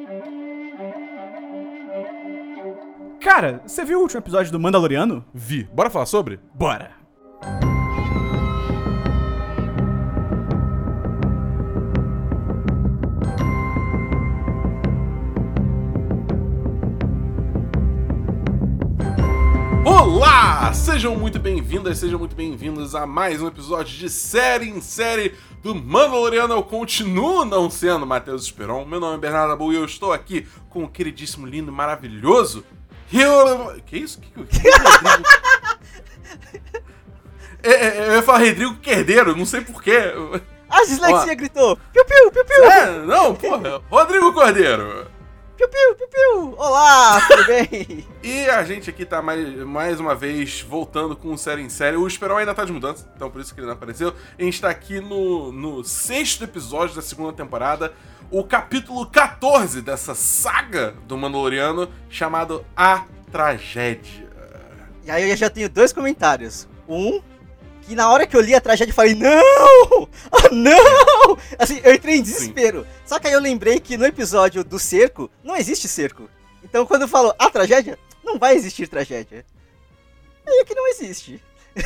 Cara, você viu o último episódio do Mandaloriano? Vi. Bora falar sobre? Bora! Olá! Sejam muito bem-vindas, sejam muito bem-vindos a mais um episódio de série em série do Mandaloriano. Eu continuo não sendo Matheus Esperon. Meu nome é Bernardo Abu e eu estou aqui com o queridíssimo, lindo e maravilhoso... Que isso? Que Rodrigo? Eu ia falar Rodrigo Cordeiro, não sei porquê. A dislexia gritou! Piu, piu, piu, piu! Não, porra. Rodrigo Cordeiro. Piu, piu, piu, piu! Olá, tudo bem? E a gente aqui tá mais uma vez voltando com série em série. O Esperon ainda tá de mudança, então por isso que ele não apareceu. A gente tá aqui no sexto episódio da segunda temporada, o capítulo 14 dessa saga do Mandaloriano, chamado A Tragédia. E aí eu já tenho dois comentários. Um, que na hora que eu li a tragédia eu falei, não! Ah, não! Assim, eu entrei em desespero. Sim. Só que aí eu lembrei que no episódio do cerco, não existe cerco. Então quando eu falo a tragédia, não vai existir tragédia. Aí é que não existe.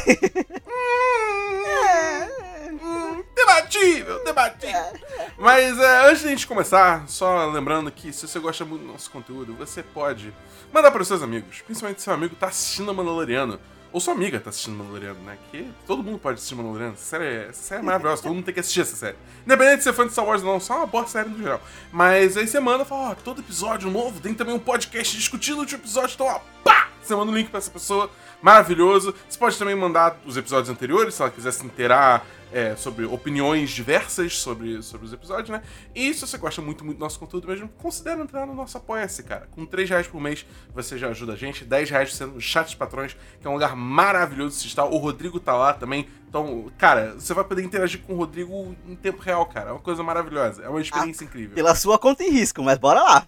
Debatível. Mas antes de a gente começar, só lembrando que se você gosta muito do nosso conteúdo, você pode mandar para os seus amigos. Principalmente se seu amigo tá assistindo a Mandaloriano. Ou sua amiga tá assistindo Mandaloriano, né? Que todo mundo pode assistir Mandaloriano. Essa série é maravilhosa, todo mundo tem que assistir essa série. Independente de ser fã de Star Wars ou não, só uma boa série no geral. Mas aí você manda e fala, ó, todo episódio novo, tem também um podcast discutindo o último episódio, então ó, pá! Você manda um link pra essa pessoa, maravilhoso. Você pode também mandar os episódios anteriores, se ela quiser se inteirar sobre opiniões diversas sobre os episódios, né? E se você gosta muito do nosso conteúdo mesmo, considere entrar no nosso Apoia-se, cara. Com R$3 por mês, você já ajuda a gente. R$10 sendo o chat dos patrões, que é um lugar maravilhoso de se estar. O Rodrigo tá lá também. Então, cara, você vai poder interagir com o Rodrigo em tempo real, cara. É uma coisa maravilhosa. É uma experiência incrível. Pela sua conta e risco, mas bora lá.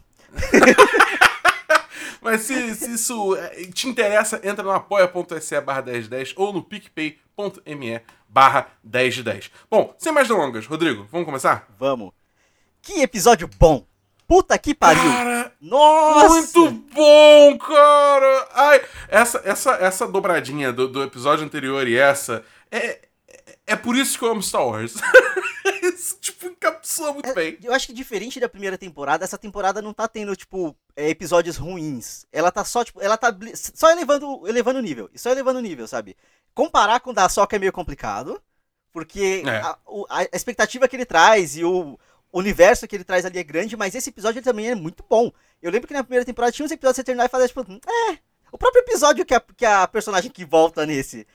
Mas se isso te interessa, entra no apoia.se/1010 ou no picpay.me/1010. Bom, sem mais delongas, Rodrigo, vamos começar? Vamos. Que episódio bom! Puta que pariu! Cara, nossa! Muito bom, cara! Ai, essa dobradinha do episódio anterior e essa é por isso que eu amo Star Wars. Isso, tipo, encapsula muito bem. Eu acho que diferente da primeira temporada, essa temporada não tá tendo, tipo, episódios ruins. Ela tá só, tipo, só elevando o nível. E só elevando o nível, sabe? Comparar com o da Ahsoka é meio complicado, porque a expectativa que ele traz e o universo que ele traz ali é grande, mas esse episódio ele também é muito bom. Eu lembro que na primeira temporada tinha uns episódios que você terminar e fazer, tipo, o próprio episódio que a personagem que volta nesse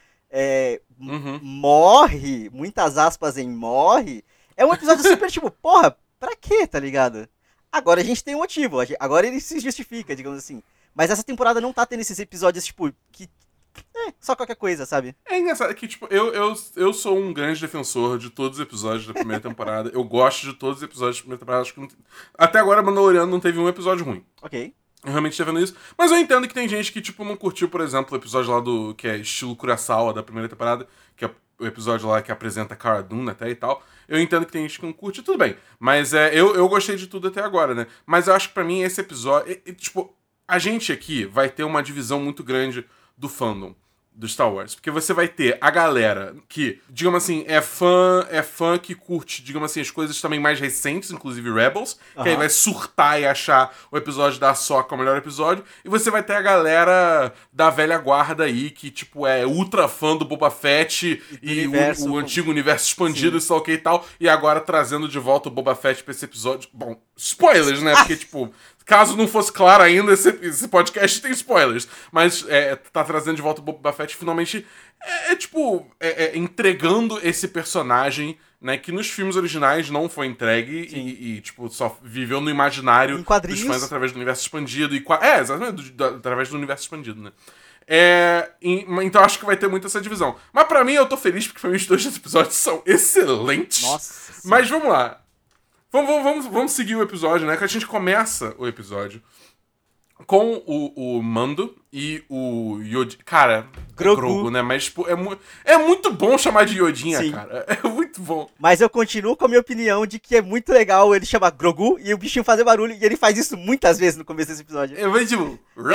morre, muitas aspas em morre, é um episódio super tipo, porra, pra quê, tá ligado? Agora a gente tem um motivo, agora ele se justifica, digamos assim. Mas essa temporada não tá tendo esses episódios, tipo, que só qualquer coisa, sabe? É engraçado que, tipo, eu sou um grande defensor de todos os episódios da primeira temporada. Eu gosto de todos os episódios da primeira temporada. Acho que até agora, Mandaloriano não teve um episódio ruim. Ok. Eu realmente tô vendo isso. Mas eu entendo que tem gente que, tipo, não curtiu, por exemplo, o episódio lá que é estilo Kurosawa da primeira temporada, que é o episódio lá que apresenta Cara Dune até e tal. Eu entendo que tem gente que não curte, tudo bem. Mas eu gostei de tudo até agora, né? Mas eu acho que pra mim esse episódio... tipo, a gente aqui vai ter uma divisão muito grande do fandom do Star Wars. Porque você vai ter a galera que, digamos assim, é fã que curte, digamos assim, as coisas também mais recentes, inclusive Rebels, que aí vai surtar e achar o episódio da Ahsoka o melhor episódio. E você vai ter a galera da velha guarda aí, que, tipo, é ultra fã do Boba Fett e o antigo universo expandido e tal, e tal. E agora trazendo de volta o Boba Fett pra esse episódio. Bom, spoilers, né? Porque, tipo... Caso não fosse claro ainda, esse podcast tem spoilers. Mas tá trazendo de volta o Boba Fett finalmente entregando esse personagem, né, que nos filmes originais não foi entregue e tipo, só viveu no imaginário dos fãs através do universo expandido. Exatamente, através do universo expandido, né? Então acho que vai ter muito essa divisão. Mas pra mim, eu tô feliz porque pra mim os dois episódios são excelentes. Nossa. Mas vamos lá. Vamos seguir o episódio, né? Que a gente começa o episódio com o Mando e o Yod... Cara, Grogu. Grogu, né? Mas, tipo, é muito bom chamar de Yodinha, Sim. cara. É muito bom. Mas eu continuo com a minha opinião de que é muito legal ele chamar Grogu e o bichinho fazer barulho, e ele faz isso muitas vezes no começo desse episódio. É muito tipo...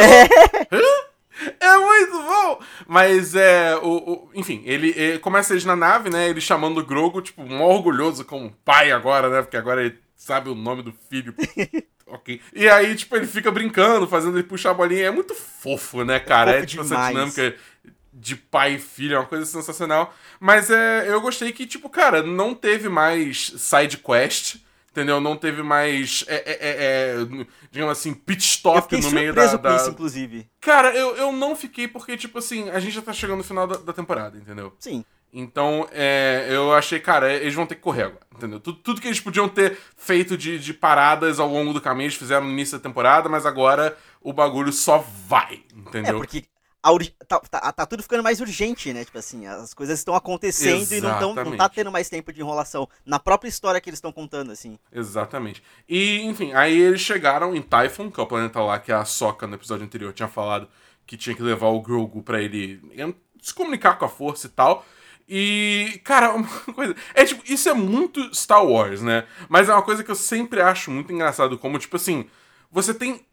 É muito bom! Mas enfim, ele começa eles na nave, né? Ele chamando o Grogu, tipo, mó orgulhoso como pai agora, né? Porque agora ele sabe o nome do filho. Ok. E aí, tipo, ele fica brincando, fazendo ele puxar a bolinha. É muito fofo, né, cara? Fofo Tipo, demais. essa dinâmica de pai e filho, é uma coisa sensacional. Mas eu gostei que, tipo, cara, não teve mais side quest, entendeu? Não teve mais, digamos assim, pit Eu stop fiquei no meio surpreso da... com isso, inclusive. Cara, eu não fiquei porque, tipo assim, a gente já tá chegando no final da temporada, entendeu? Sim. Então, eu achei, cara, eles vão ter que correr agora, entendeu? Tudo que eles podiam ter feito de paradas ao longo do caminho, eles fizeram no início da temporada, mas agora o bagulho só vai, entendeu? Porque tá tudo ficando mais urgente, né? Tipo assim, as coisas estão acontecendo e não tá tendo mais tempo de enrolação na própria história que eles estão contando, assim. Exatamente. E, enfim, aí eles chegaram em Typhon, que é o planeta lá que a Ahsoka no episódio anterior tinha falado que tinha que levar o Grogu pra ele se comunicar com a força e tal. E, cara, uma coisa... tipo, isso é muito Star Wars, né? Mas é uma coisa que eu sempre acho muito engraçado, como, tipo assim, você tem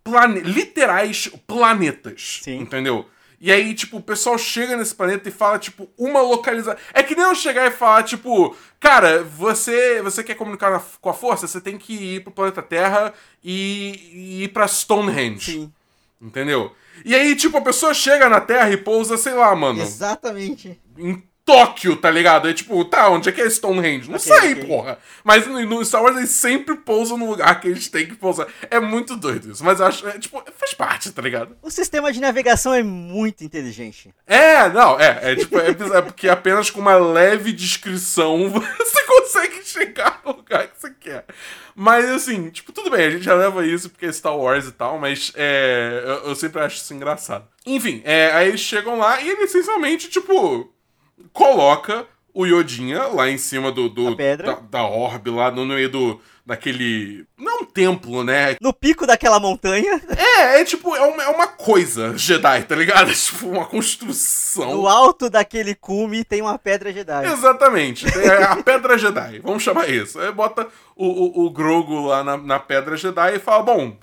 literais planetas, Sim. entendeu? E aí, tipo, o pessoal chega nesse planeta e fala, tipo, uma localização... É que nem eu chegar e falar, tipo... Cara, você quer comunicar com a força? Você tem que ir pro planeta Terra e ir pra Stonehenge. Sim. Entendeu? E aí, tipo, a pessoa chega na Terra e pousa, sei lá, mano... Exatamente. Em Tóquio, tá ligado? É tipo, tá, onde é que é Stonehenge? Não sei, porra. Mas no Star Wars eles sempre pousam no lugar que eles têm que pousar. É muito doido isso, mas eu acho, tipo, faz parte, tá ligado? O sistema de navegação é muito inteligente. Tipo, é porque apenas com uma leve descrição você consegue chegar no lugar que você quer. Mas, assim, tipo, tudo bem, a gente já leva isso porque é Star Wars e tal, mas eu sempre acho isso engraçado. Enfim, aí eles chegam lá e ele essencialmente, tipo... coloca o Yodinha lá em cima Da pedra. da orbe, lá no meio daquele... Não é um templo, né? No pico daquela montanha. Tipo, é uma coisa Jedi, tá ligado? É tipo uma construção. No alto daquele cume tem uma pedra Jedi. Exatamente. É a pedra Jedi, vamos chamar isso. Aí bota o Grogu lá na pedra Jedi e fala, bom,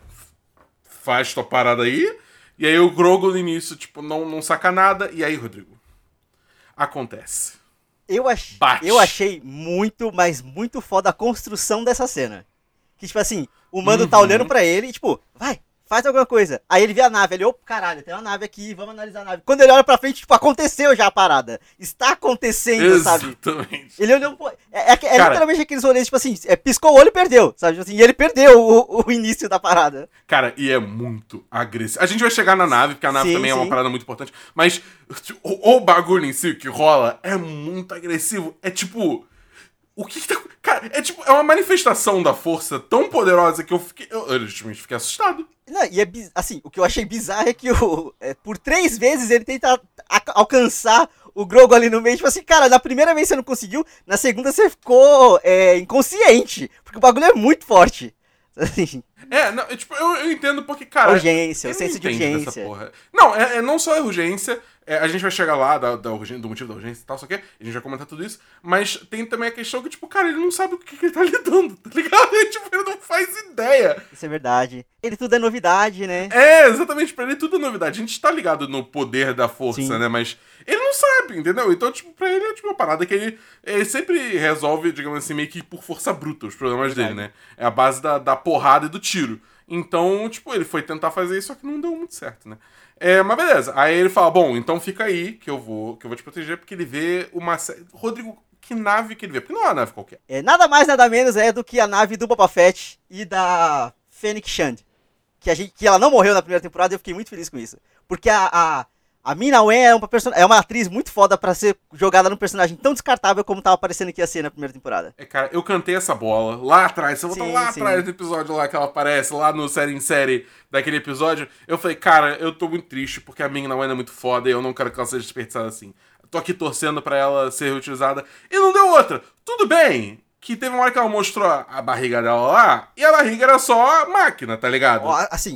faz tua parada aí. E aí o Grogu no início, tipo, não saca nada. E aí, Rodrigo? Acontece. Eu achei muito, mas muito foda a construção dessa cena. Que, tipo assim, o Mando tá olhando pra ele e, tipo, vai, faz alguma coisa. Aí ele vê a nave, ele, ô, caralho, tem uma nave aqui, vamos analisar a nave. Quando ele olha pra frente, tipo, aconteceu já a parada. Está acontecendo, sabe? Exatamente. Ele olhou, pô, cara, literalmente aqueles rolês, tipo assim, piscou o olho e perdeu, sabe? Tipo assim, e ele perdeu o início da parada. Cara, e é muito agressivo. A gente vai chegar na nave, porque a nave também é uma parada muito importante, mas o bagulho em si que rola é muito agressivo. É tipo... O que tá... Cara, é uma manifestação da força tão poderosa que eu legitimamente fiquei assustado. Não, e assim, o que eu achei bizarro é que por 3 vezes ele tenta alcançar o Grogu ali no meio, tipo assim, cara, na primeira vez você não conseguiu, na segunda você ficou inconsciente, porque o bagulho é muito forte. Assim, eu entendo porque, cara... urgência, o senso de urgência. Porra. Não, não só a urgência, a gente vai chegar lá do motivo da urgência e tal, só que a gente vai comentar tudo isso, mas tem também a questão que, tipo, cara, ele não sabe o que ele tá lidando, tá ligado? Ele não faz ideia. Isso é verdade. Ele tudo é novidade, né? Exatamente, pra ele tudo é novidade. A gente tá ligado no poder da força, Sim. né, mas ele não sabe, entendeu? Então, tipo, pra ele é tipo uma parada que ele sempre resolve, digamos assim, meio que por força bruta os problemas dele, né? É a base da porrada e do tiro. Então, tipo, ele foi tentar fazer isso, só que não deu muito certo, né? Mas beleza. Aí ele fala, bom, então fica aí que eu vou te proteger, porque ele vê uma... Rodrigo, que nave que ele vê? Porque não é uma nave qualquer. Nada mais, nada menos do que a nave do Boba Fett e da Fennec Shand. Que ela não morreu na primeira temporada e eu fiquei muito feliz com isso. Porque a Ming-Na Wen é uma atriz muito foda pra ser jogada num personagem tão descartável como tava parecendo que ia ser na primeira temporada. Cara, eu cantei essa bola lá atrás. Você botou lá atrás do episódio lá que ela aparece, lá no série em série daquele episódio. Eu falei, cara, eu tô muito triste porque a Ming-Na Wen é muito foda e eu não quero que ela seja desperdiçada assim. Tô aqui torcendo pra ela ser reutilizada. E não deu outra. Tudo bem que teve uma hora que ela mostrou a barriga dela lá e a barriga era só máquina, tá ligado? Assim,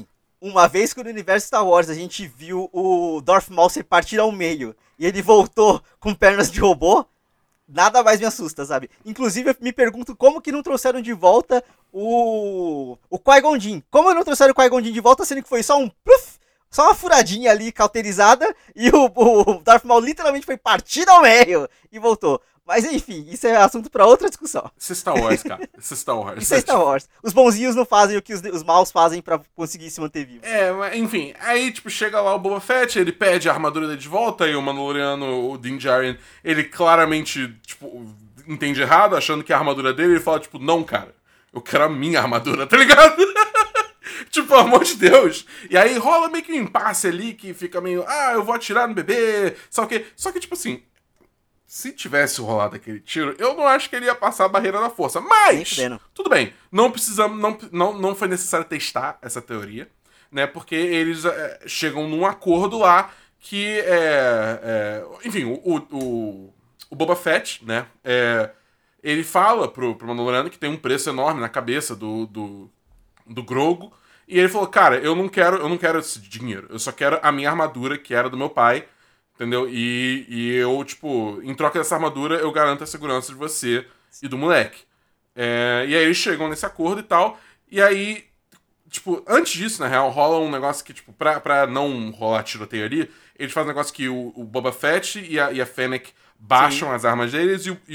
uma vez que no universo Star Wars a gente viu o Darth Maul ser partido ao meio e ele voltou com pernas de robô, nada mais me assusta, sabe? Inclusive, eu me pergunto como que não trouxeram de volta o Qui-Gon Jinn. Como não trouxeram o Qui-Gon Jinn de volta, sendo que foi só um pluf, só uma furadinha ali, cauterizada, e o Darth Maul literalmente foi partido ao meio e voltou. Mas enfim, isso é assunto pra outra discussão. Isso é Star Wars, cara. Isso é Star Wars. Isso é Star Wars. Os bonzinhos não fazem o que os maus fazem pra conseguir se manter vivo. Mas, enfim, aí, tipo, chega lá o Boba Fett, ele pede a armadura dele de volta, e o Mandaloriano, o Din Djarin, ele claramente, tipo, entende errado, achando que é a armadura dele, ele fala, tipo, não, cara, eu quero a minha armadura, tá ligado? Tipo, pelo amor de Deus. E aí rola meio que um impasse ali, que fica meio, eu vou atirar no bebê, só que, tipo assim, se tivesse rolado aquele tiro, eu não acho que ele ia passar a barreira da força. Mas, tudo bem, não precisamos, não foi necessário testar essa teoria, né? Porque eles chegam num acordo lá que, enfim, o Boba Fett, né? Ele fala pro Mandaloriano que tem um preço enorme na cabeça do Grogu. E ele falou, cara, eu não quero esse dinheiro, eu só quero a minha armadura, que era do meu pai. Entendeu? E eu, tipo, em troca dessa armadura, eu garanto a segurança de você e do moleque. E aí eles chegam nesse acordo e tal. E aí, tipo, antes disso, na real, rola um negócio que, tipo, pra não rolar tiroteio ali, eles fazem um negócio que o Boba Fett e a Fennec baixam as armas deles e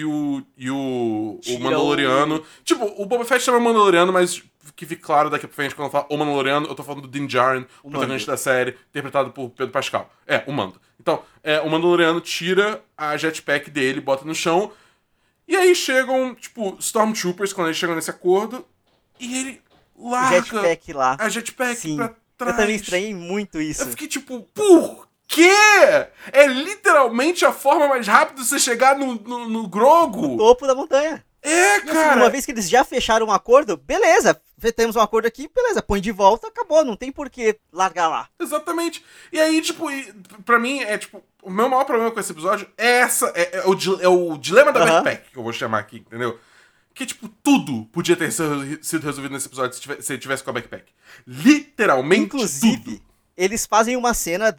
o Mandaloriano... Tipo, o Boba Fett chama Mandaloriano, mas que fique claro daqui pra frente, quando eu falo o Mandaloriano, eu tô falando do Din Djarin, o protagonista da série, interpretado por Pedro Pascal. O Mando. Então, o Mandaloriano tira a jetpack dele, bota no chão, e aí chegam, tipo, Stormtroopers, quando eles chegam nesse acordo, e ele larga jetpack lá. A jetpack pra trás. Eu também estranhei muito isso. Eu fiquei tipo, por quê? É literalmente a forma mais rápida de você chegar no Grogu. No topo da montanha. Cara. Assim, uma vez que eles já fecharam um acordo, beleza, temos um acordo aqui, beleza, põe de volta, acabou, não tem por que largar lá. Exatamente. E aí, tipo, pra mim, tipo, o meu maior problema com esse episódio é o dilema da backpack, que eu vou chamar aqui, entendeu? Que, tipo, tudo podia ter sido resolvido nesse episódio se ele tivesse com a backpack. Literalmente inclusive, tudo. Eles fazem uma cena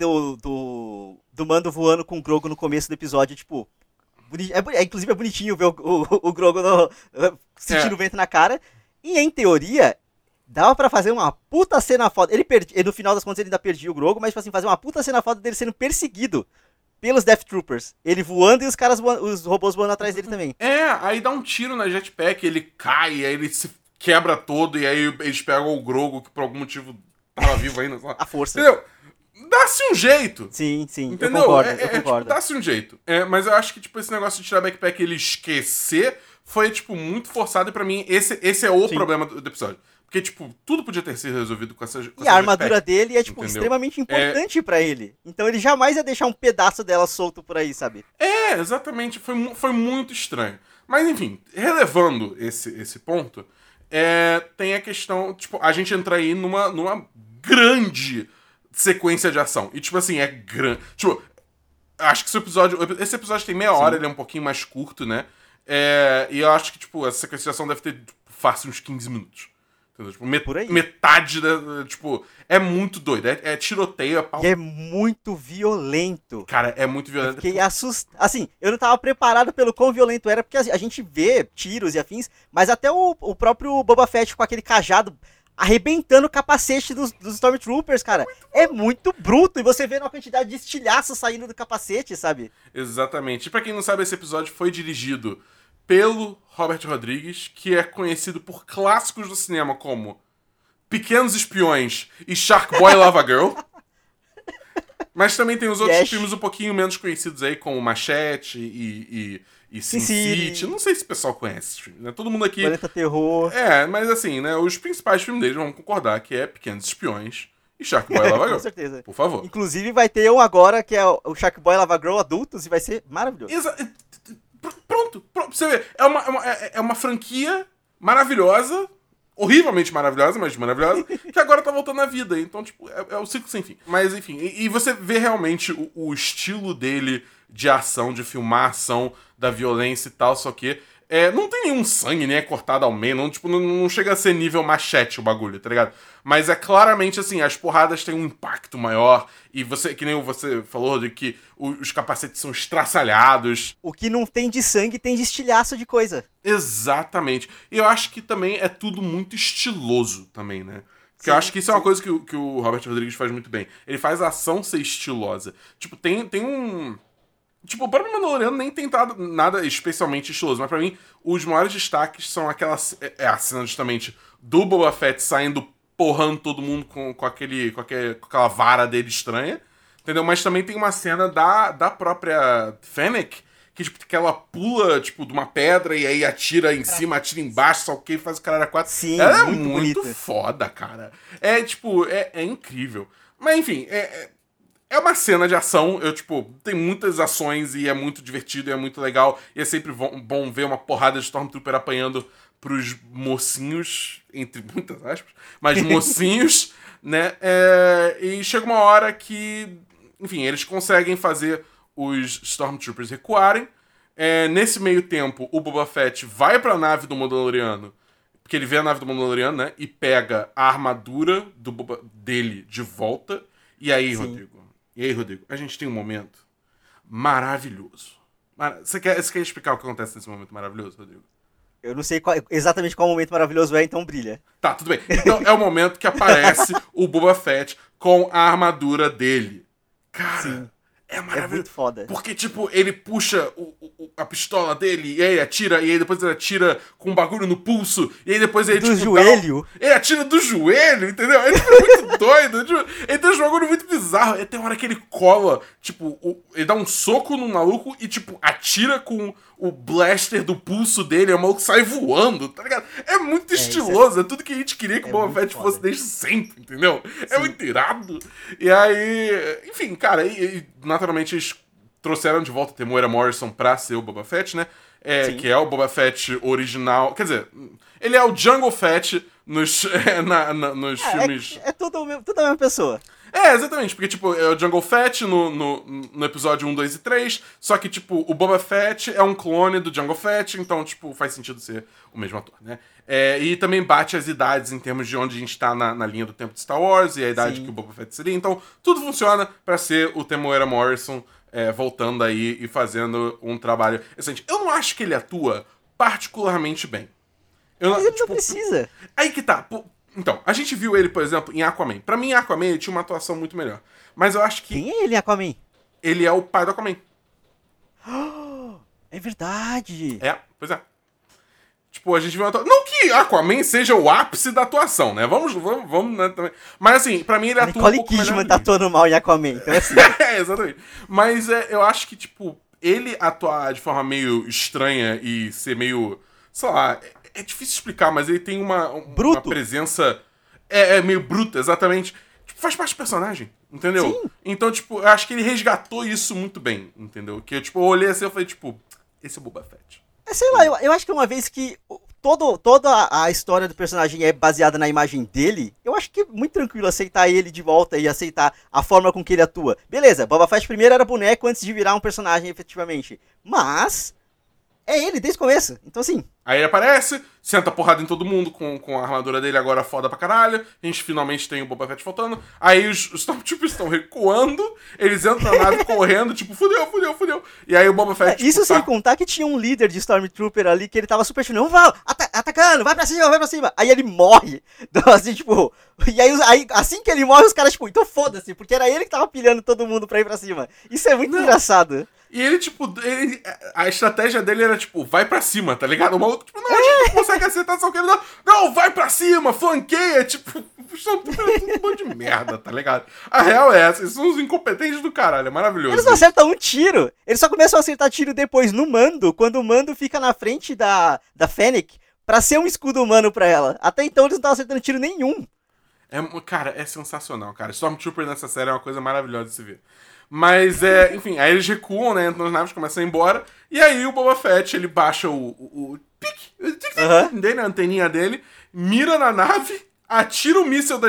do Mando voando com o Grogu no começo do episódio, tipo... inclusive é bonitinho ver o Grogu sentindo o vento na cara. E em teoria, dava pra fazer uma puta cena foda. No final das contas ele ainda perdia o Grogu, mas tipo assim, fazer uma puta cena foda dele sendo perseguido pelos Death Troopers. Ele voando e os robôs voando atrás dele também. Aí dá um tiro na jetpack, ele cai, aí ele se quebra todo, e aí eles pegam o Grogu, que por algum motivo tava vivo ainda. A força. Entendeu? Dá-se um jeito. Sim, entendeu? Eu concordo. Tipo, dá-se um jeito. Mas eu acho que, tipo, esse negócio de tirar backpack e ele esquecer foi, tipo, muito forçado. E pra mim, esse é o problema do episódio. Porque, tipo, tudo podia ter sido resolvido com essa a armadura dele é, tipo, extremamente importante pra ele. Então ele jamais ia deixar um pedaço dela solto por aí, sabe? Exatamente. Foi muito estranho. Mas, enfim, relevando esse ponto, tem a questão, tipo, a gente entra aí numa grande sequência de ação. E, tipo assim, é grande. Tipo, acho que esse episódio tem meia hora, ele é um pouquinho mais curto, né? E eu acho que, tipo, essa sequência de ação deve ter, fácil uns 15 minutos. Entendeu? Tipo, metade da... Tipo, é muito doido. É tiroteio, é pau. E é muito violento. Cara, é muito violento. Eu fiquei assustado. Assim, eu não tava preparado pelo quão violento era, porque a gente vê tiros e afins, mas até o próprio Boba Fett com aquele cajado arrebentando o capacete dos Stormtroopers, cara. É muito bruto. E você vê uma quantidade de estilhaço saindo do capacete, sabe? Exatamente. E pra quem não sabe, esse episódio foi dirigido pelo Robert Rodrigues, que é conhecido por clássicos do cinema como Pequenos Espiões e Shark Boy Lava Girl. Mas também tem os outros filmes um pouquinho menos conhecidos aí, como Machete e Sin City. Não sei se o pessoal conhece esse filme, né? Todo mundo aqui... Planeta Terror. Mas assim, né? Os principais filmes deles, vamos concordar, que é Pequenos Espiões e Shark Boy Lava Girl. Com certeza. Por favor. Inclusive vai ter um agora, que é o Shark Boy Lava Girl adultos, e vai ser maravilhoso. Pronto. Você vê, é uma franquia maravilhosa, horrivelmente maravilhosa, mas maravilhosa, que agora tá voltando à vida. Então, tipo, é o ciclo sem fim. Mas, enfim, e você vê realmente o estilo dele de ação, de filmar a ação, da violência e tal, só que Não tem nenhum sangue, nem é cortado ao meio, não, tipo, não chega a ser nível machete o bagulho, tá ligado? Mas é claramente assim, as porradas têm um impacto maior, e você, que nem você falou, de que os capacetes são estraçalhados. O que não tem de sangue tem de estilhaço de coisa. Exatamente. E eu acho que também é tudo muito estiloso também, né? Porque Sim, eu acho que isso é uma sim. coisa que o Robert Rodrigues faz muito bem. Ele faz a ação ser estilosa. Tipo, tem um... Tipo, o próprio Mandaloriano nem tem nada especialmente estiloso, mas pra mim, os maiores destaques são aquelas... a cena justamente do Boba Fett saindo porrando todo mundo com aquela vara dele estranha, entendeu? Mas também tem uma cena da própria Fennec, que ela pula, tipo, de uma pedra e aí atira em cima, atira embaixo, só que faz o cara 4. Sim, ela é muito muito bonita. foda, cara. É incrível. Mas, enfim, é uma cena de ação, tem muitas ações e é muito divertido e é muito legal. E é sempre bom ver uma porrada de Stormtrooper apanhando pros mocinhos, entre muitas aspas, mas mocinhos, né? E chega uma hora que, enfim, eles conseguem fazer os Stormtroopers recuarem. Nesse meio tempo, o Boba Fett vai pra nave do Mandaloriano, porque ele vê a nave do Mandaloriano, né? E pega a armadura dele de volta. E aí, Sim. Rodrigo, a gente tem um momento maravilhoso. Você quer explicar o que acontece nesse momento maravilhoso, Rodrigo? Eu não sei exatamente qual momento maravilhoso é, então brilha. Tá, tudo bem. Então é o momento que aparece o Boba Fett com a armadura dele. Cara, Sim. é É maravilhoso. muito foda. Porque, tipo, ele puxa a pistola dele e aí atira, e aí depois ele atira com um bagulho no pulso, e aí depois ele, Do tipo, joelho? Ele atira do joelho, entendeu? Ele é muito doido. Tipo, ele tem um bagulho muito bizarro. E tem uma hora que ele cola, tipo, ele dá um soco no maluco e, tipo, atira com o blaster do pulso dele, e o maluco sai voando, tá ligado? É muito estiloso, é tudo que a gente queria que o Boba Fett fosse desde sempre, entendeu? É Sim. muito irado. E aí, enfim, cara, e naturalmente eles trouxeram de volta Temuera Morrison pra ser o Boba Fett, né? Sim. Que é o Boba Fett original. Quer dizer, ele é o Jungle Fett nos filmes. É tudo a mesma pessoa. Exatamente, porque, tipo, é o Jungle Fett no episódio 1, 2 e 3, só que, tipo, o Boba Fett é um clone do Jungle Fett, então, tipo, faz sentido ser o mesmo ator, né? E também bate as idades em termos de onde a gente tá na linha do tempo de Star Wars e a idade Sim. que o Boba Fett seria, então tudo funciona pra ser o Temuera Morrison voltando aí e fazendo um trabalho excelente. Eu não acho que ele atua particularmente bem. Mas ele não precisa. Aí que tá. Então, a gente viu ele, por exemplo, em Aquaman. Pra mim, Aquaman ele tinha uma atuação muito melhor. Mas eu acho que Quem é ele, Aquaman? ele é o pai do Aquaman. É verdade. Pois é. Tipo, a gente viu uma atuação. Não que Aquaman seja o ápice da atuação, né? Vamos né, também. Mas assim, pra mim ele atua Nicole um pouco melhor. Kidman tá atuando mal em Aquaman, então assim. Exatamente. Mas eu acho que, tipo, ele atuar de forma meio estranha e ser meio. Sei lá, é difícil explicar, mas ele tem uma Bruto. presença. Meio bruta, exatamente. Tipo, faz parte do personagem, entendeu? Sim. Então, tipo, eu acho que ele resgatou isso muito bem, entendeu? Que tipo, eu olhei assim e falei, tipo, esse é o Boba Fett. Sei lá, eu acho que uma vez que toda a história do personagem é baseada na imagem dele, eu acho que é muito tranquilo aceitar ele de volta e aceitar a forma com que ele atua. Beleza, Boba Fett primeiro era boneco antes de virar um personagem efetivamente. Mas é ele desde o começo, então assim. Aí ele aparece, senta porrada em todo mundo com a armadura dele agora foda pra caralho. A gente finalmente tem o Boba Fett faltando. Aí os Stormtroopers estão recuando, eles entram na nave correndo, tipo, fudeu. E aí o Boba Fett. Isso tipo, sem contar que tinha um líder de Stormtrooper ali que ele tava super chinelo, atacando, vai pra cima. Aí ele morre. Então, assim, tipo. E aí, assim que ele morre, os caras, tipo, então foda-se, porque era ele que tava pilhando todo mundo pra ir pra cima. Isso é muito engraçado. E ele, tipo, a estratégia dele era, tipo, vai pra cima, tá ligado? O maluco, tipo, não, a gente não consegue acertar, só que ele não, vai pra cima, flanqueia, tipo, tudo um bando de merda, tá ligado? A real é essa, eles são os incompetentes do caralho, é maravilhoso. Eles não acertam um tiro. Eles só começam a acertar tiro depois no Mando, quando o Mando fica na frente da Fennec pra ser um escudo humano pra ela. Até então eles não estavam acertando tiro nenhum. Cara, é sensacional, cara. Stormtrooper nessa série é uma coisa maravilhosa de se ver. Mas, enfim, aí eles recuam, né? Entram nas naves, começam a ir embora. E aí o Boba Fett, ele baixa o dele, a anteninha dele, mira na nave, atira o míssil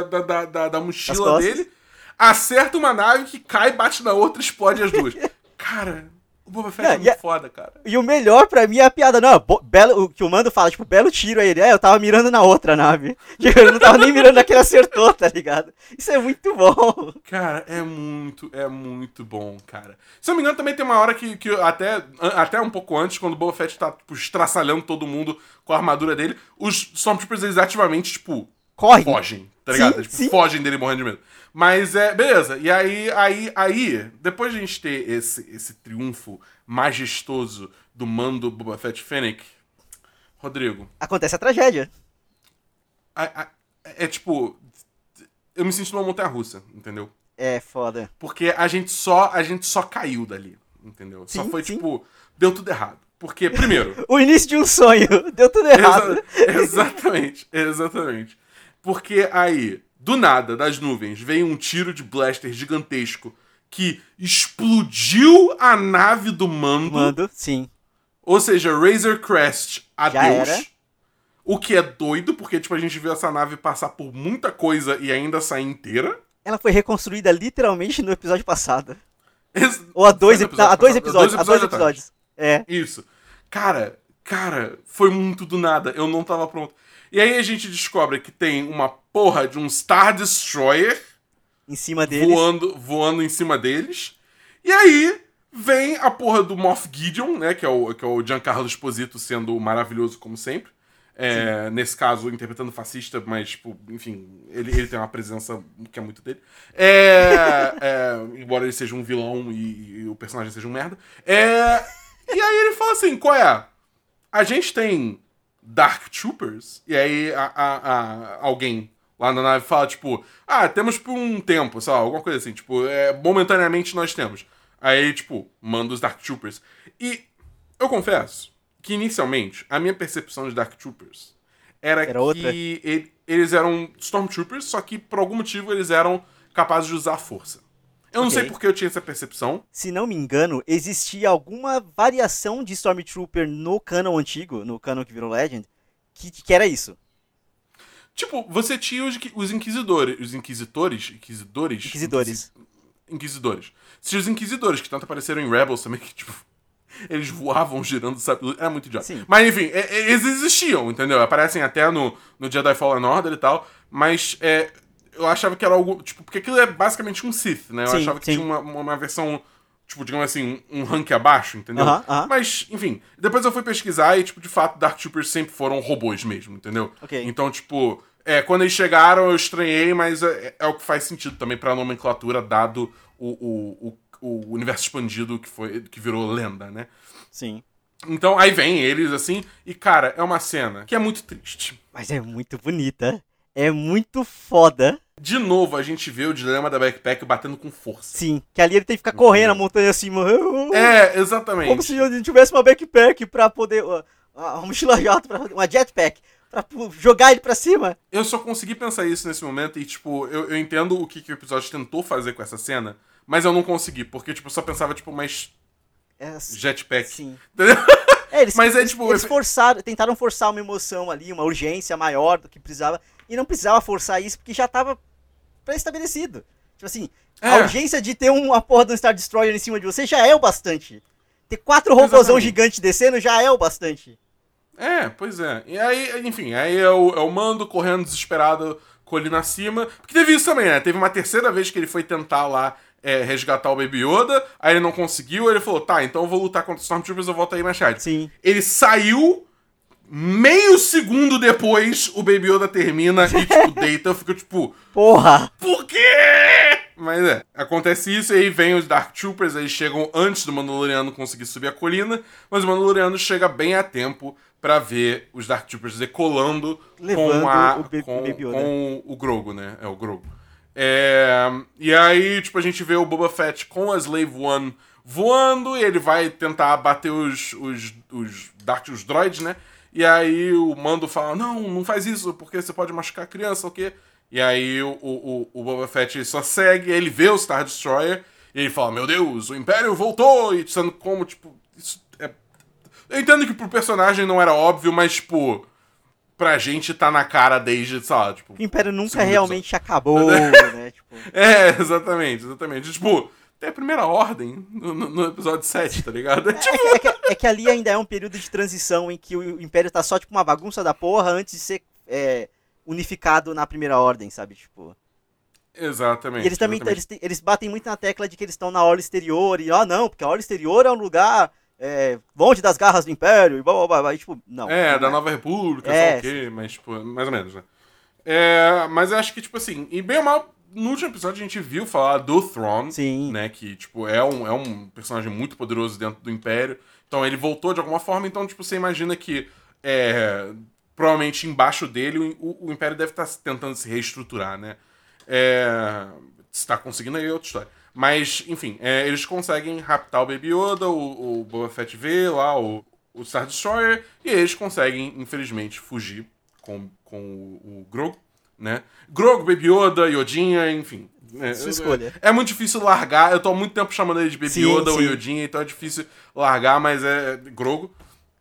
da mochila dele, acerta uma nave que cai, bate na outra e explode as duas. Cara, O Boba Fett é muito foda, cara. E o melhor pra mim é a piada, não, o que o Mando fala, tipo, belo tiro aí ele. Eu tava mirando na outra nave. Tipo, eu não tava nem mirando naquele, acertou, tá ligado? Isso é muito bom. Cara, é muito bom, cara. Se eu não me engano, também tem uma hora que até um pouco antes, quando o Boba Fett tá, tipo, estraçalhando todo mundo com a armadura dele, os Stormtroopers, eles ativamente, tipo, fogem, tá ligado? Sim, Tipo, sim. fogem dele morrendo de medo. Mas beleza. E aí, depois de a gente ter esse triunfo majestoso do Mando Boba Fett Fennec, Rodrigo, Acontece a tragédia. é tipo, eu me sinto numa montanha-russa, entendeu? É foda. Porque a gente só caiu dali, entendeu? Só Sim, foi sim. tipo, deu tudo errado. Porque, primeiro... O início de um sonho. Deu tudo errado. Exatamente. Porque aí, do nada, das nuvens, veio um tiro de blaster gigantesco que explodiu a nave do Mando. Sim. Ou seja, Razor Crest, Já adeus. era. O que é doido, porque tipo, a gente viu essa nave passar por muita coisa e ainda sair inteira. Ela foi reconstruída literalmente no episódio passado. Ou Há há dois episódios. É. Isso. Cara, foi muito do nada. Eu não tava pronto. E aí a gente descobre que tem uma porra de um Star Destroyer Em cima deles. voando em cima deles. E aí vem a porra do Moff Gideon, né? Que é o Giancarlo Esposito sendo maravilhoso como sempre. Nesse caso, interpretando fascista, mas, tipo, enfim, ele tem uma presença que é muito dele. Embora ele seja um vilão e o personagem seja um merda. E aí ele fala assim, qual é? A gente tem Dark Troopers? E aí alguém lá na nave fala, tipo, temos por um tempo, sei lá, alguma coisa assim, tipo, momentaneamente nós temos. Aí, tipo, manda os Dark Troopers. E eu confesso que inicialmente a minha percepção de Dark Troopers era que outra. Eles eram Stormtroopers, só que por algum motivo eles eram capazes de usar a força. Eu não sei porque eu tinha essa percepção. Se não me engano, existia alguma variação de Stormtrooper no canon antigo, no canon que virou Legend, que era isso. Tipo, você tinha os inquisidores. Os inquisitores? Inquisidores. Inquisidores. Você tinha os inquisidores, que tanto apareceram em Rebels também, que, tipo, eles voavam girando, sabe? Era muito idiota. Sim. Mas, enfim, eles existiam, entendeu? Aparecem até no Jedi Fallen Order e tal. Mas, eu achava que era algo... Tipo, porque aquilo é basicamente um Sith, né? Eu achava que tinha uma versão... Tipo, digamos assim, um rank abaixo, entendeu? Mas, enfim, depois eu fui pesquisar e, tipo, de fato, Dark Troopers sempre foram robôs mesmo, entendeu? Então, tipo, quando eles chegaram eu estranhei, mas é o que faz sentido também pra nomenclatura, dado o universo expandido que virou lenda, né? Sim. Então, aí vem eles, assim, e, cara, é uma cena que é muito triste. Mas é muito bonita. É muito foda. De novo, a gente vê o dilema da backpack batendo com força. Sim, que ali ele tem que ficar correndo a montanha acima. Exatamente. Como se ele tivesse uma backpack pra poder... uma mochila jato, uma jetpack, pra jogar ele pra cima. Eu só consegui pensar isso nesse momento e, tipo, eu entendo o que o episódio tentou fazer com essa cena, mas eu não consegui, porque, tipo, eu só pensava, tipo, mais jetpack. Sim. Entendeu? Eles tentaram forçar uma emoção ali, uma urgência maior do que precisava, e não precisava forçar isso porque já tava pré-estabelecido. Tipo assim, a urgência de ter uma porra de um Star Destroyer em cima de você já é o bastante. Ter 4 robôzão gigantes descendo já é o bastante. Pois é. E aí, enfim, aí é o Mando correndo desesperado com ele na cima. Porque teve isso também, né? Teve uma terceira vez que ele foi tentar lá resgatar o Baby Yoda, aí ele não conseguiu, ele falou, tá, então eu vou lutar contra os Stormtroopers, eu volto aí mais tarde. Sim. Ele saiu, meio segundo depois, o Baby Yoda termina e, tipo, deita, eu fico, tipo... Porra! Por quê? Mas acontece isso, e aí vem os Dark Troopers, eles chegam antes do Mandaloriano conseguir subir a colina, mas o Mandaloriano chega bem a tempo pra ver os Dark Troopers decolando com o Grogu, né? É o Grogu. E aí, tipo, a gente vê o Boba Fett com a Slave One voando, e ele vai tentar bater os droids, né? E aí o Mando fala, não faz isso, porque você pode machucar a criança, o quê? E aí o Boba Fett só segue, ele vê o Star Destroyer, e ele fala, meu Deus, o Império voltou, e sendo como, tipo, isso eu entendo que pro personagem não era óbvio, mas, tipo, pra gente tá na cara desde, sei lá, tipo... O Império nunca realmente acabou, né? Tipo... Exatamente. Tipo, tem a Primeira Ordem no episódio 7, tá ligado? É que ali ainda é um período de transição em que o Império tá só, tipo, uma bagunça da porra antes de ser unificado na Primeira Ordem, sabe? Tipo... Exatamente. E eles também eles batem muito na tecla de que eles estão na orla exterior, e não, porque a orla exterior é um lugar longe das garras do Império, e blá, blá, blá, blá, e, tipo, não. Da Nova República, sei o quê, mas, tipo, mais ou menos, né? Mas eu acho que, tipo assim, e bem ou mal, no último episódio a gente viu falar do Thrawn, Sim. né, que, tipo, é um personagem muito poderoso dentro do Império, então ele voltou de alguma forma, então, tipo, você imagina que, provavelmente embaixo dele o Império deve estar tentando se reestruturar, né? Se tá conseguindo aí é outra história. Mas, enfim, eles conseguem raptar o Baby Yoda, o Boba Fett vê lá, o Star Destroyer, e eles conseguem, infelizmente, fugir com o Grogu, né? Grogu, Baby Yoda, Yodinha, enfim. Sua escolha. É muito difícil largar, eu tô há muito tempo chamando ele de Baby Yoda ou sim. Yodinha, então é difícil largar, mas é Grogu.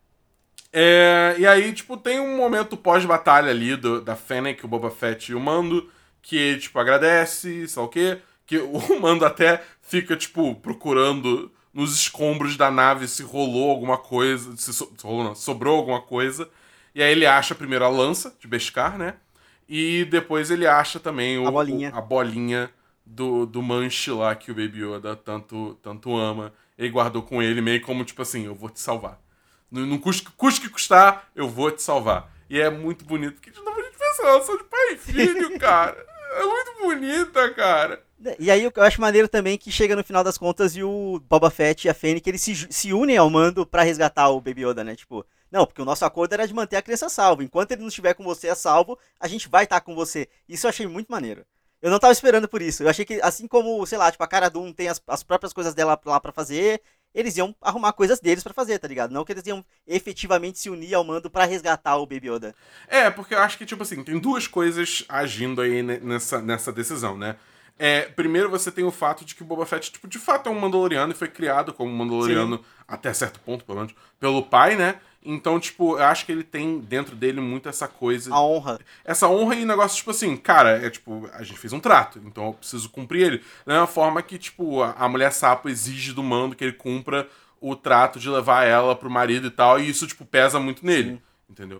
E aí, tipo, tem um momento pós-batalha ali da Fennec, o Boba Fett e o Mando, que, tipo, agradece, sei lá o quê, que o Mando até fica, tipo, procurando nos escombros da nave se rolou alguma coisa, sobrou alguma coisa, e aí ele acha primeiro a lança de Beskar, né, e depois ele acha também a bolinha do manche lá que o Baby Yoda tanto ama, ele guardou com ele, meio como, tipo assim, eu vou te salvar. Não custe que custar, eu vou te salvar. E é muito bonito, porque de novo a gente pensa, relação de pai e filho, cara. É muito bonita, cara. E aí eu acho maneiro também que chega no final das contas e o Boba Fett e a Fennec, eles se unem ao Mando pra resgatar o Baby Yoda, né? Tipo, não, porque o nosso acordo era de manter a criança salva. Enquanto ele não estiver com você a salvo, a gente vai estar com você. Isso eu achei muito maneiro. Eu não tava esperando por isso. Eu achei que, assim como, sei lá, tipo, a Cara Dune tem as próprias coisas dela lá pra fazer, eles iam arrumar coisas deles pra fazer, tá ligado? Não que eles iam efetivamente se unir ao Mando pra resgatar o Baby Yoda. Porque eu acho que, tipo assim, tem duas coisas agindo aí nessa decisão, né? Primeiro você tem o fato de que o Boba Fett, tipo, de fato é um Mandaloriano e foi criado como um Mandaloriano, até certo ponto, pelo menos, pelo pai, né? Então, tipo, eu acho que ele tem dentro dele muito essa coisa... A honra. Essa honra e negócio, tipo assim, cara, tipo, a gente fez um trato, então eu preciso cumprir ele. Da mesma forma que, tipo, a mulher sapo exige do Mando que ele cumpra o trato de levar ela pro marido e tal, e isso, tipo, pesa muito nele, entendeu?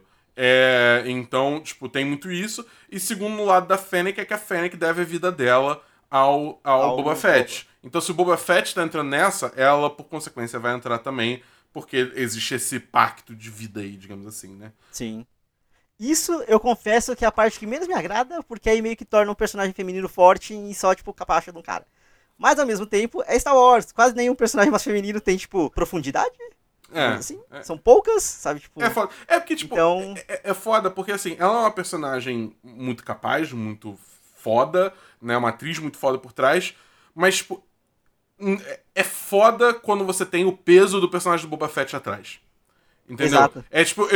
Então, tipo, tem muito isso. E segundo, no lado da Fennec, é que a Fennec deve a vida dela ao Boba Fett. Então, se o Boba Fett tá entrando nessa, ela, por consequência, vai entrar também, porque existe esse pacto de vida aí, digamos assim, né? Sim. Isso, eu confesso que é a parte que menos me agrada, porque aí meio que torna um personagem feminino forte e só, tipo, capacha de um cara. Mas, ao mesmo tempo, é Star Wars. Quase nenhum personagem mais feminino tem, tipo, profundidade. Assim, são poucas, sabe? Tipo, é foda. Porque, tipo, então... é foda, porque, assim, ela é uma personagem muito capaz, muito foda, né? Uma atriz muito foda por trás, mas, tipo, é foda quando você tem o peso do personagem do Boba Fett atrás. Entendeu? Exato. Tipo,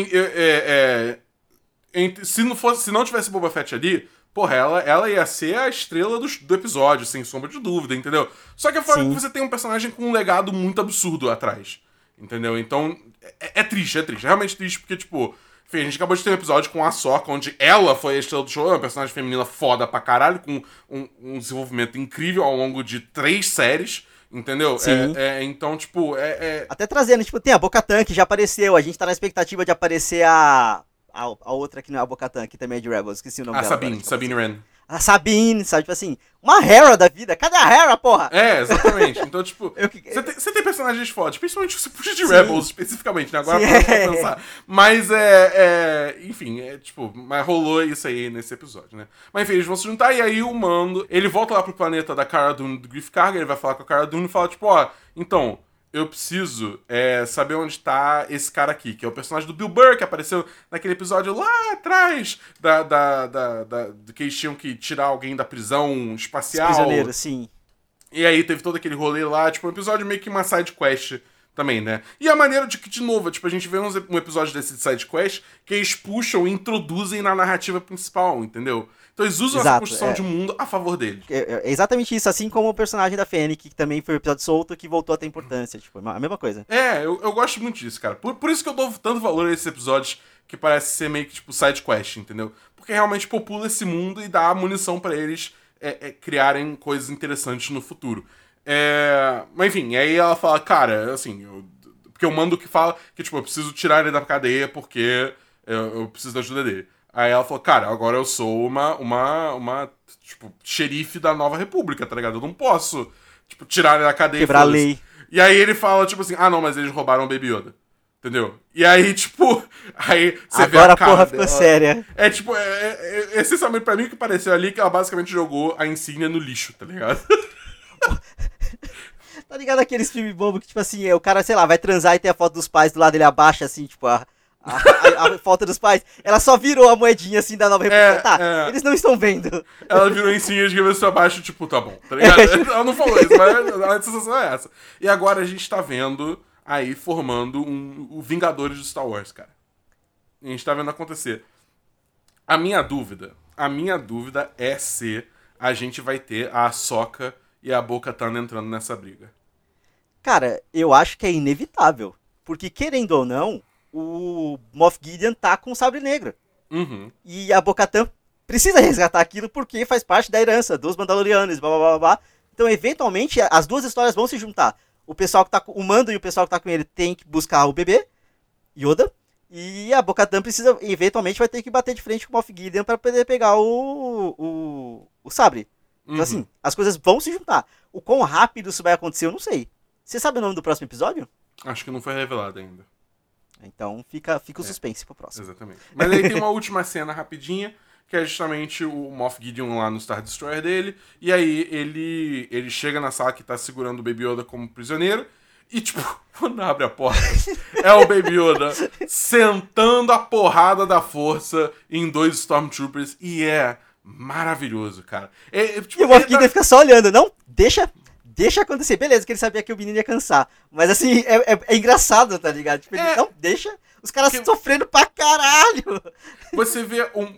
se não tivesse Boba Fett ali, porra, ela ia ser a estrela do episódio, sem sombra de dúvida, entendeu? Só que é foda que você tem um personagem com um legado muito absurdo atrás. Entendeu? Então, é triste, é realmente triste, porque, tipo, enfim, a gente acabou de ter um episódio com a Ahsoka, onde ela foi a estrela do show, é uma personagem feminina foda pra caralho, com um desenvolvimento incrível ao longo de 3 séries, entendeu? Então, tipo, Até trazendo, tipo, tem a Bo-Katan, que já apareceu, a gente tá na expectativa de aparecer a outra que não é a Bo-Katan, que também é de Rebels, esqueci o nome dela. Sabine Wren. A Sabine, sabe? Tipo assim, uma Hera da vida. Cadê a Hera, porra? Exatamente. Então, tipo, você tem personagens fodas, principalmente se puxa de Rebels, especificamente, né? Agora pra pensar. Mas enfim, tipo, mas rolou isso aí nesse episódio, né? Mas enfim, eles vão se juntar e aí o Mando, ele volta lá pro planeta da Cara Dune do Griff Karga, ele vai falar com a Cara Dune e fala, tipo, então, eu preciso saber onde tá esse cara aqui, que é o personagem do Bill Burr, que apareceu naquele episódio lá atrás, do que eles tinham que tirar alguém da prisão espacial. Prisioneiro, sim. E aí teve todo aquele rolê lá, tipo, um episódio meio que uma side quest também, né? E a maneira de que, de novo, tipo, a gente vê um episódio desse de side quest que eles puxam e introduzem na narrativa principal, entendeu? Então eles usam essa construção de mundo a favor deles. É exatamente isso, assim como o personagem da Fennec, que também foi um episódio solto, que voltou a ter importância, tipo, a mesma coisa. Eu gosto muito disso, cara. Por isso que eu dou tanto valor a esses episódios que parece ser meio que, tipo, side quest, entendeu? Porque realmente popula esse mundo e dá munição pra eles criarem coisas interessantes no futuro. Mas enfim, aí ela fala, cara, assim, porque eu mando que fala que, tipo, eu preciso tirar ele da cadeia porque eu preciso da ajuda dele. Aí ela falou, cara, agora eu sou uma tipo, xerife da Nova República, tá ligado? Eu não posso, tipo, tirar ele da cadeia. Quebrar a lei. E aí ele fala, tipo assim, não, mas eles roubaram o Baby Yoda. Entendeu? E aí, tipo, aí você vê a cara porra ficou séria. Tipo, essencialmente pra mim o que pareceu ali que ela basicamente jogou a insígnia no lixo, tá ligado? Tá ligado aqueles filmes bobos que, tipo assim, o cara, sei lá, vai transar e tem a foto dos pais do lado, ele abaixa, assim, tipo, a foto dos pais. Ela só virou a moedinha, assim, da Nova República. Eles não estão vendo. Ela virou em insígnia de cabeça abaixo, tipo, tá bom, tá ligado? Ela não falou isso, mas a sensação é essa. E agora a gente tá vendo aí formando o Vingadores do Star Wars, cara. A gente tá vendo acontecer. A minha dúvida é se a gente vai ter a Ahsoka e a Bo-Katan entrando nessa briga. Cara, eu acho que é inevitável. Porque, querendo ou não, o Moff Gideon tá com o sabre negro. Uhum. E a Bo-Katan precisa resgatar aquilo porque faz parte da herança dos Mandalorianos, blá blá blá blá. Então, eventualmente, as duas histórias vão se juntar. O pessoal que tá com o Mando e o pessoal que tá com ele tem que buscar o bebê, Yoda, e a Bo-Katan precisa, eventualmente, vai ter que bater de frente com o Moff Gideon pra poder pegar o sabre. Então, assim, as coisas vão se juntar. O quão rápido isso vai acontecer, eu não sei. Você sabe o nome do próximo episódio? Acho que não foi revelado ainda. Então, fica o suspense pro próximo. Exatamente. Mas aí tem uma última cena rapidinha, que é justamente o Moff Gideon lá no Star Destroyer dele, e aí ele chega na sala que tá segurando o Baby Yoda como prisioneiro, e tipo, quando abre a porta, é o Baby Yoda sentando a porrada da força em 2 Stormtroopers, e é maravilhoso, cara. Tipo, e o Moff Gideon fica só olhando, não, deixa acontecer. Beleza, que ele sabia que o menino ia cansar, mas assim, é engraçado, tá ligado? Tipo, ele, não, deixa... Os caras sofrendo pra caralho. Você vê,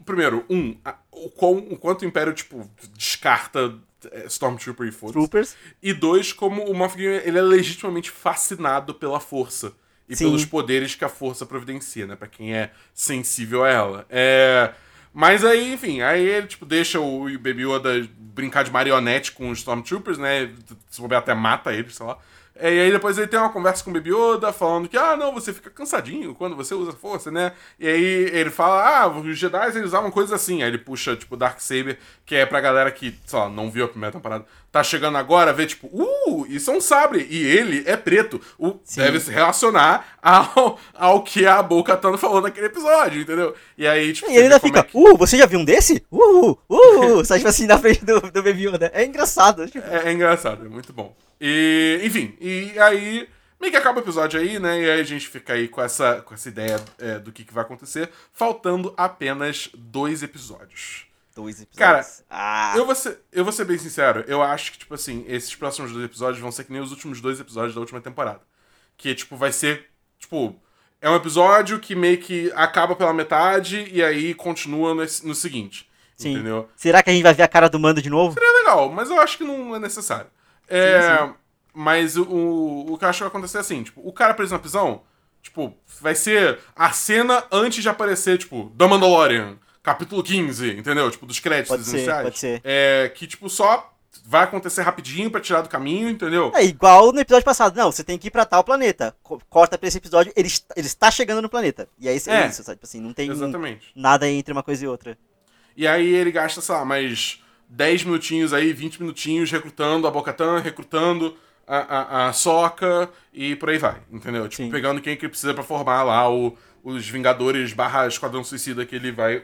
o quanto o Império, tipo, descarta Stormtrooper e foda-se. E 2, como o Moff Gideon, ele é legitimamente fascinado pela força. E pelos poderes que a força providencia, né? Pra quem é sensível a ela. Mas aí, enfim, aí ele, tipo, deixa o Baby Yoda brincar de marionete com os Stormtroopers, né? Se bobear até mata eles, sei lá. E aí depois ele tem uma conversa com o Baby Yoda, falando que, não, você fica cansadinho quando você usa força, né? E aí ele fala, os Jedi, eles usavam coisas assim. Aí ele puxa, tipo, Darksaber, que é pra galera que, sei lá, não viu a primeira temporada, tá chegando agora, vê, tipo, isso é um sabre, e ele é preto. Deve se relacionar ao que a Bo-Katan falou naquele episódio, entendeu? E aí, tipo... E ele ainda fica, você já viu um desse? Sai, tipo assim, na frente do Baby Yoda. É engraçado. Tipo. É engraçado, é muito bom. E, enfim, e aí meio que acaba o episódio aí, né? E aí a gente fica aí com essa ideia do que vai acontecer, faltando apenas 2 episódios. 2 episódios. Cara, eu vou ser bem sincero, eu acho que, tipo assim, esses próximos 2 episódios vão ser que nem os últimos 2 episódios da última temporada. Que, tipo, vai ser, tipo, é um episódio que meio que acaba pela metade e aí continua no seguinte. Sim. Entendeu? Será que a gente vai ver a cara do Mando de novo? Seria legal, mas eu acho que não é necessário. Sim. Mas o que eu acho que vai acontecer é assim, tipo, o cara preso na prisão, tipo, vai ser a cena antes de aparecer, tipo, The Mandalorian, capítulo 15, entendeu? Tipo, dos créditos iniciais. Pode ser. Que, tipo, só vai acontecer rapidinho pra tirar do caminho, entendeu? É igual no episódio passado. Não, você tem que ir pra tal planeta. Corta pra esse episódio, ele está chegando no planeta. E aí é isso, sabe? Assim, não tem nada entre uma coisa e outra. E aí ele gasta, sei lá, mais 10 minutinhos aí, 20 minutinhos recrutando a Bo-Katan, recrutando a Ahsoka e por aí vai, entendeu? Tipo, pegando quem que precisa pra formar lá os Vingadores / Esquadrão Suicida que ele vai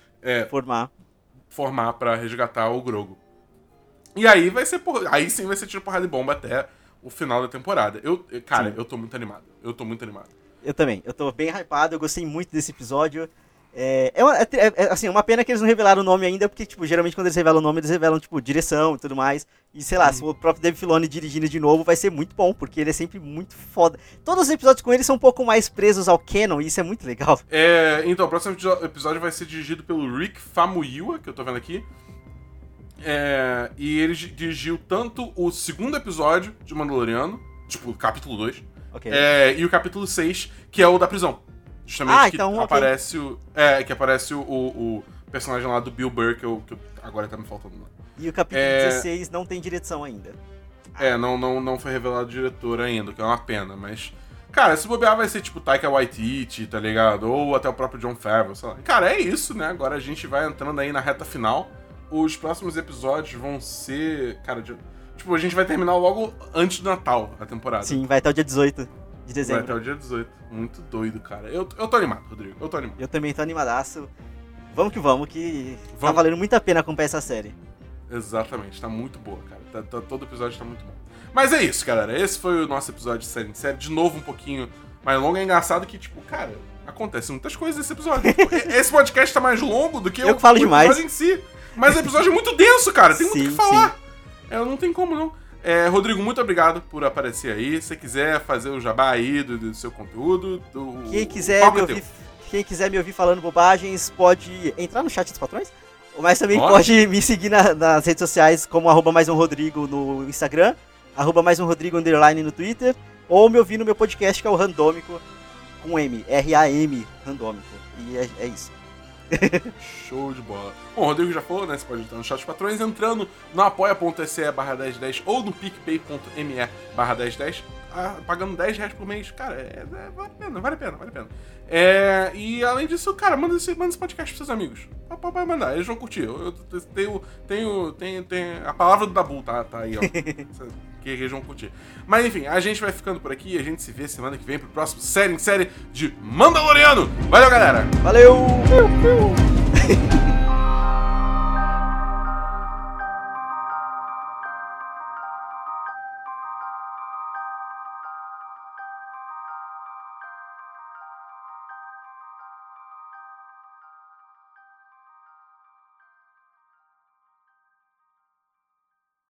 formar pra resgatar o Grogu. E aí vai ser aí sim vai ser tiro, porrada e bomba até o final da temporada. Eu tô muito animado. Eu também. Eu tô bem hypado, eu gostei muito desse episódio. Assim, uma pena que eles não revelaram o nome ainda, porque, tipo, geralmente quando eles revelam o nome, eles revelam, tipo, direção e tudo mais. E, sei lá, se o próprio Dave Filoni dirigindo de novo, vai ser muito bom, porque ele é sempre muito foda. Todos os episódios com ele são um pouco mais presos ao canon, e isso é muito legal. Então, o próximo episódio vai ser dirigido pelo Rick Famuyiwa, que eu tô vendo aqui. E ele dirigiu tanto o 2º episódio de Mandaloriano, tipo, capítulo 2, e o capítulo 6, que é o da prisão. Justamente então, aparece o personagem lá do Bill Burr, que agora tá me faltando. E o capítulo 16 não tem direção ainda. Não foi revelado o diretor ainda, que é uma pena, mas... Cara, se bobear vai ser tipo Taika Waititi, tá ligado? Ou até o próprio Jon Favreau, sei lá. Cara, é isso, né? Agora a gente vai entrando aí na reta final. Os próximos episódios vão ser... Cara, tipo, a gente vai terminar logo antes do Natal, a temporada. Sim, vai até o dia 18 de dezembro. Vai até o dia 18. Muito doido, cara. Eu tô animado, Rodrigo. Eu tô animado. Eu também tô animadaço. Vamos, que tá valendo muito a pena acompanhar essa série. Exatamente, tá muito boa, cara. Todo episódio tá muito bom. Mas é isso, galera. Esse foi o nosso episódio de série em série. De novo, um pouquinho mais longo. É engraçado que, tipo, cara, acontecem muitas coisas nesse episódio. Esse podcast tá mais longo do que eu falo o demais. episódio em si. Mas o episódio é muito denso, cara. Tem muito o que falar. Sim. Não tem como, não. Rodrigo, muito obrigado por aparecer aí. Se você quiser fazer o jabá aí do seu conteúdo... Quem quiser me ouvir falando bobagens, pode entrar no chat dos patrões. Mas também pode me seguir nas redes sociais como @maisumrodrigo no Instagram, @maisumrodrigo_ no Twitter, ou me ouvir no meu podcast que é o Randômico, com M, R-A-M, Randômico. E é isso. Show de bola. Bom, o Rodrigo já falou, né? Você pode entrar no chat dos patrões entrando no apoia.se/1010 ou no picpay.me/1010, pagando R$10 por mês. Cara, vale a pena. E além disso, cara, manda esse podcast pros seus amigos. Pode mandar, eles vão curtir. Eu tenho a palavra do Dabu, tá aí, ó. Que eles vão curtir. Mas enfim, a gente vai ficando por aqui e a gente se vê semana que vem pro próximo série em série de Mandaloriano. Valeu, galera! Valeu!